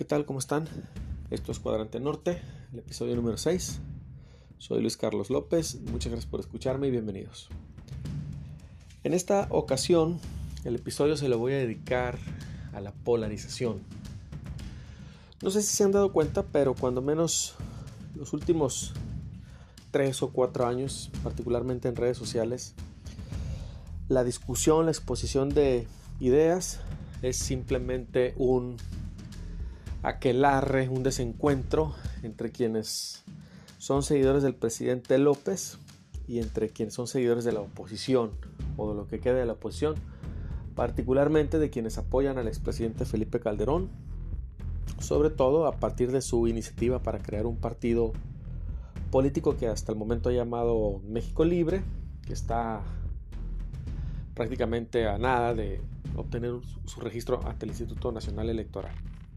tal? ¿Cómo están? Esto es Cuadrante Norte, el episodio número 6. Soy Luis Carlos López, muchas gracias por escucharme y bienvenidos. En esta ocasión, el episodio se lo voy a dedicar a la polarización. No sé si se han dado cuenta, pero cuando menos los últimos 3 o 4 años, particularmente en redes sociales, la discusión, la exposición de ideas es simplemente un aquelarre, un desencuentro entre quienes son seguidores del presidente López y entre quienes son seguidores de la oposición o de lo que queda de la oposición, particularmente de quienes apoyan al expresidente Felipe Calderón, sobre todo a partir de su iniciativa para crear un partido político que hasta el momento ha llamado México Libre, que está prácticamente a nada de obtener su registro ante el Instituto Nacional Electoral.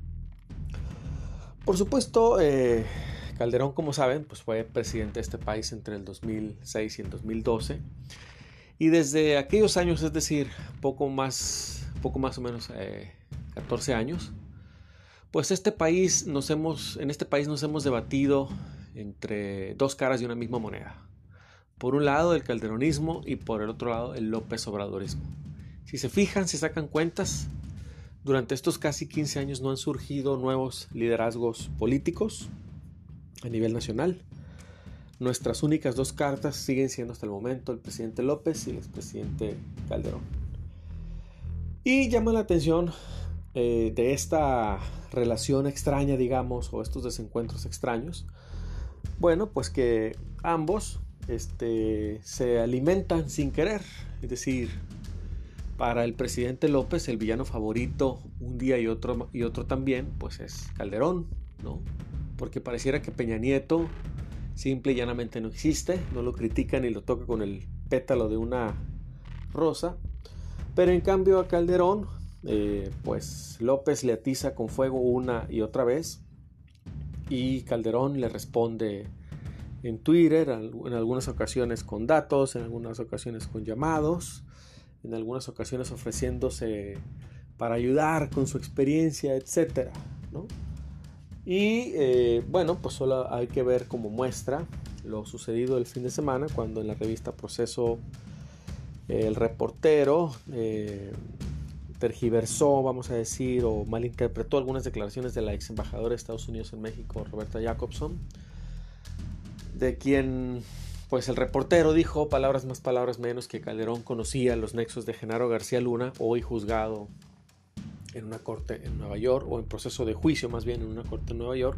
Por supuesto, Calderón, como saben, pues fue presidente de este país entre el 2006 y el 2012. Y desde aquellos años, es decir, poco más o menos 14 años, pues en este país nos hemos debatido entre dos caras de una misma moneda. Por un lado el calderonismo y por el otro lado el López Obradorismo. Si se fijan, si sacan cuentas, durante estos casi 15 años no han surgido nuevos liderazgos políticos a nivel nacional. Nuestras únicas dos cartas siguen siendo hasta el momento el presidente López y el expresidente Calderón. Y llama la atención de esta relación extraña, digamos, o estos desencuentros extraños. Bueno, pues que ambos se alimentan sin querer, es decir, para el presidente López, el villano favorito un día y otro también, pues es Calderón, ¿no? Porque pareciera que Peña Nieto simple y llanamente no existe, no lo critica ni lo toca con el pétalo de una rosa, pero en cambio a Calderón, pues López le atiza con fuego una y otra vez, y Calderón le responde en Twitter, en algunas ocasiones con datos, en algunas ocasiones con llamados, en algunas ocasiones ofreciéndose para ayudar con su experiencia, etcétera, ¿no? Y bueno, pues solo hay que ver como muestra lo sucedido el fin de semana, cuando en la revista Proceso el reportero tergiversó, vamos a decir, o malinterpretó algunas declaraciones de la ex embajadora de Estados Unidos en México, Roberta Jacobson, de quien pues el reportero dijo, palabras más, palabras menos, que Calderón conocía los nexos de Genaro García Luna, hoy juzgado en una corte en Nueva York, o en proceso de juicio más bien en una corte en Nueva York,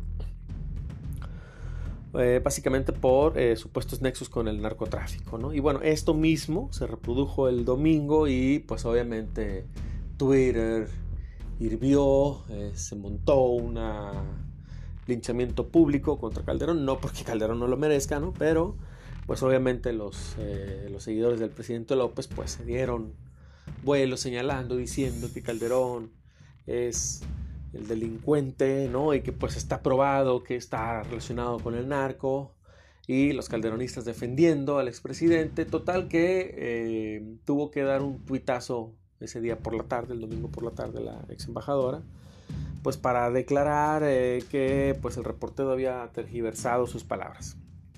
básicamente por supuestos nexos con el narcotráfico, ¿no? Y bueno, esto mismo se reprodujo el domingo y pues obviamente Twitter hirvió, se montó una linchamiento público contra Calderón, no porque Calderón no lo merezca, ¿no? Pero pues obviamente los seguidores del presidente López pues se dieron vuelo señalando, diciendo que Calderón es el delincuente, ¿no? Y que pues está probado que está relacionado con el narco, y los calderonistas defendiendo al expresidente. Total que tuvo que dar un tuitazo ese día por la tarde, el domingo por la tarde, la ex embajadora, pues para declarar que pues el reportero había tergiversado sus palabras.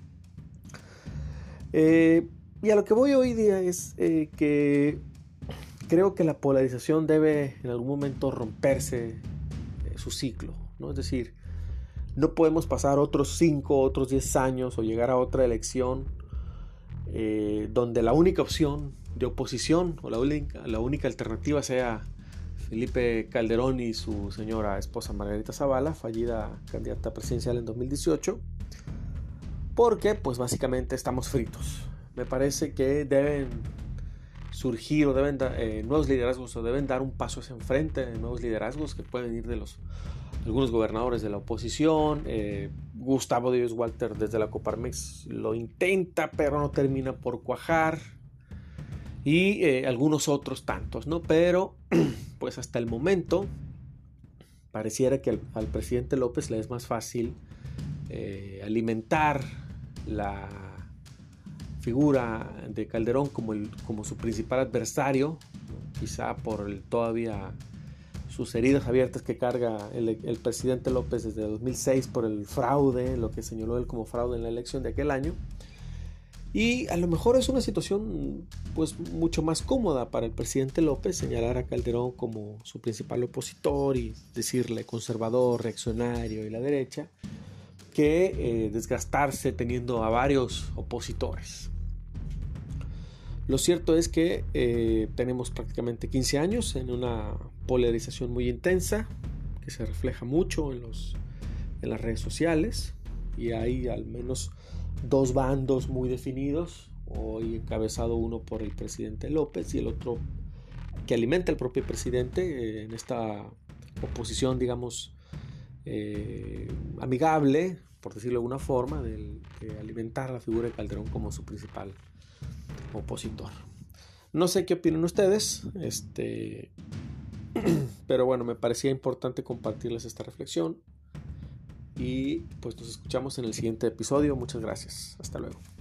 Y a lo que voy hoy día es que creo que la polarización debe en algún momento romperse su ciclo, ¿no? Es decir, no podemos pasar otros 5, otros 10 años o llegar a otra elección donde la única opción de oposición o la única alternativa sea Felipe Calderón y su señora esposa Margarita Zavala, fallida candidata presidencial en 2018, porque pues básicamente estamos fritos. Me parece que deben surgir o deben nuevos liderazgos, o deben dar un paso hacia enfrente de nuevos liderazgos que pueden ir de algunos gobernadores de la oposición. Gustavo Díaz Walter desde la Coparmex lo intenta, pero no termina por cuajar, y algunos otros tantos, ¿no? Pero pues hasta el momento pareciera que al presidente López le es más fácil alimentar la figura de Calderón como su principal adversario, ¿no? Quizá por todavía sus heridas abiertas que carga el presidente López desde 2006 por el fraude, lo que señaló él como fraude en la elección de aquel año. Y a lo mejor es una situación pues mucho más cómoda para el presidente López señalar a Calderón como su principal opositor y decirle conservador, reaccionario y la derecha, que desgastarse teniendo a varios opositores. Lo cierto es que tenemos prácticamente 15 años en una polarización muy intensa que se refleja mucho en las redes sociales, y hay al menos dos bandos muy definidos, hoy encabezado uno por el presidente López y el otro que alimenta al propio presidente en esta oposición, digamos, amigable, por decirlo de alguna forma, de alimentar la figura de Calderón como su principal opositor. No sé qué opinan ustedes, pero bueno, me parecía importante compartirles esta reflexión y pues nos escuchamos en el siguiente episodio. Muchas gracias, hasta luego.